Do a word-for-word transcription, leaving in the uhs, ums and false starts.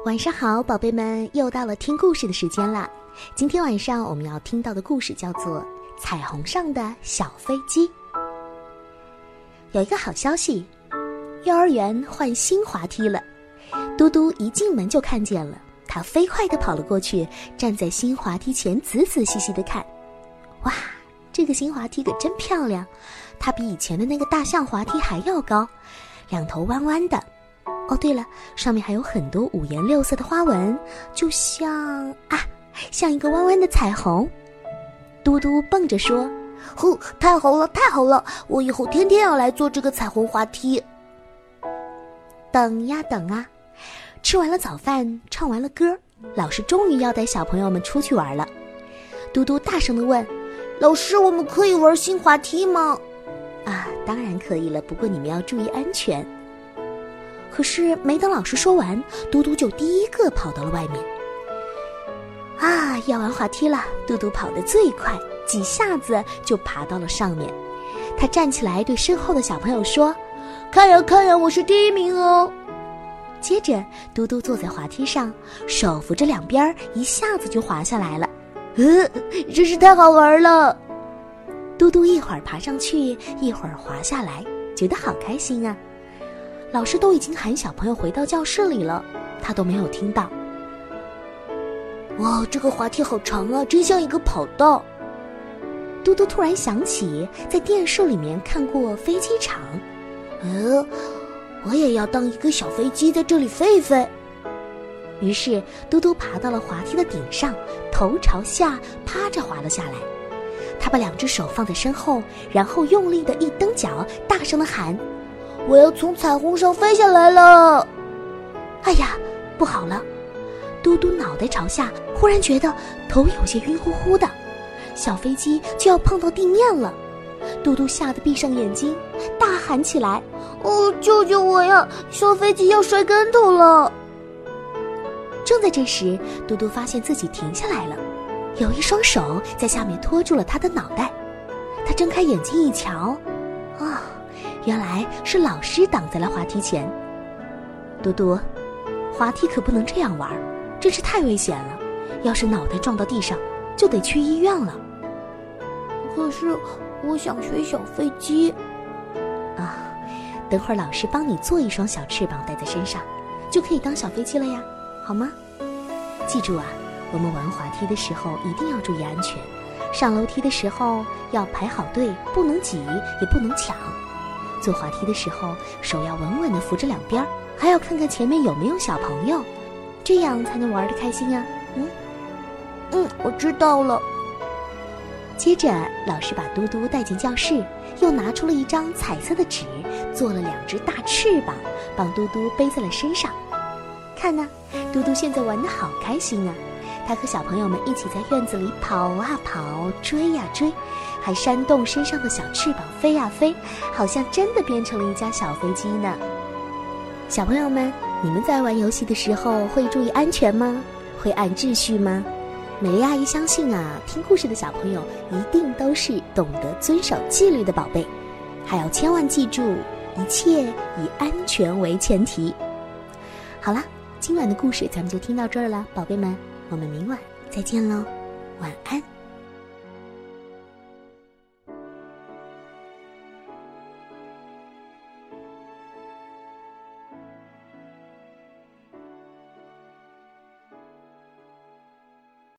晚上好，宝贝们，又到了听故事的时间了。今天晚上我们要听到的故事叫做《彩虹上的小飞机》。有一个好消息，幼儿园换新滑梯了。嘟嘟一进门就看见了，他飞快地跑了过去，站在新滑梯前仔仔细细地看。哇，这个新滑梯可真漂亮，它比以前的那个大象滑梯还要高，两头弯弯的。哦，对了，上面还有很多五颜六色的花纹，就像啊，像一个弯弯的彩虹。嘟嘟蹦着说：“呼，太好了，太好了！我以后天天要来坐这个彩虹滑梯。”等呀等啊，吃完了早饭，唱完了歌，老师终于要带小朋友们出去玩了。嘟嘟大声地问：“老师，我们可以玩新滑梯吗？”啊，当然可以了，不过你们要注意安全。可是没等老师说完，嘟嘟就第一个跑到了外面。啊，要玩滑梯了，嘟嘟跑得最快，几下子就爬到了上面。他站起来对身后的小朋友说：“看呀看呀，我是第一名哦！”接着嘟嘟坐在滑梯上，手扶着两边，一下子就滑下来了。呃，真是太好玩了！嘟嘟一会儿爬上去，一会儿滑下来，觉得好开心啊。老师都已经喊小朋友回到教室里了，他都没有听到。哇，这个滑梯好长啊，真像一个跑道。嘟嘟突然想起在电视里面看过飞机场，呃，我也要当一个小飞机在这里飞一飞。于是嘟嘟爬到了滑梯的顶上，头朝下趴着滑了下来。他把两只手放在身后，然后用力的一蹬脚，大声地喊：“我要从彩虹上飞下来了！”哎呀，不好了！嘟嘟脑袋朝下，忽然觉得头有些晕乎乎的，小飞机就要碰到地面了。嘟嘟吓得闭上眼睛，大喊起来：“哦，救救我呀！小飞机要摔跟头了！”正在这时，嘟嘟发现自己停下来了，有一双手在下面托住了他的脑袋。他睁开眼睛一瞧，啊，原来是老师挡在了滑梯前。嘟嘟，滑梯可不能这样玩，真是太危险了，要是脑袋撞到地上，就得去医院了。可是我想学小飞机。啊，等会儿老师帮你做一双小翅膀带在身上，就可以当小飞机了呀，好吗？记住啊，我们玩滑梯的时候一定要注意安全，上楼梯的时候要排好队，不能挤也不能抢。坐滑梯的时候，手要稳稳地扶着两边，还要看看前面有没有小朋友，这样才能玩得开心啊。嗯嗯，我知道了。接着老师把嘟嘟带进教室，又拿出了一张彩色的纸，做了两只大翅膀，帮嘟嘟背在了身上。看呢，嘟嘟现在玩得好开心啊，他和小朋友们一起在院子里跑啊跑，追呀追，还扇动身上的小翅膀飞呀飞，好像真的变成了一架小飞机呢。小朋友们，你们在玩游戏的时候会注意安全吗？会按秩序吗？美丽阿姨相信啊，听故事的小朋友一定都是懂得遵守纪律的宝贝，还要千万记住，一切以安全为前提。好啦，今晚的故事咱们就听到这儿了，宝贝们，我们明晚再见喽，晚安。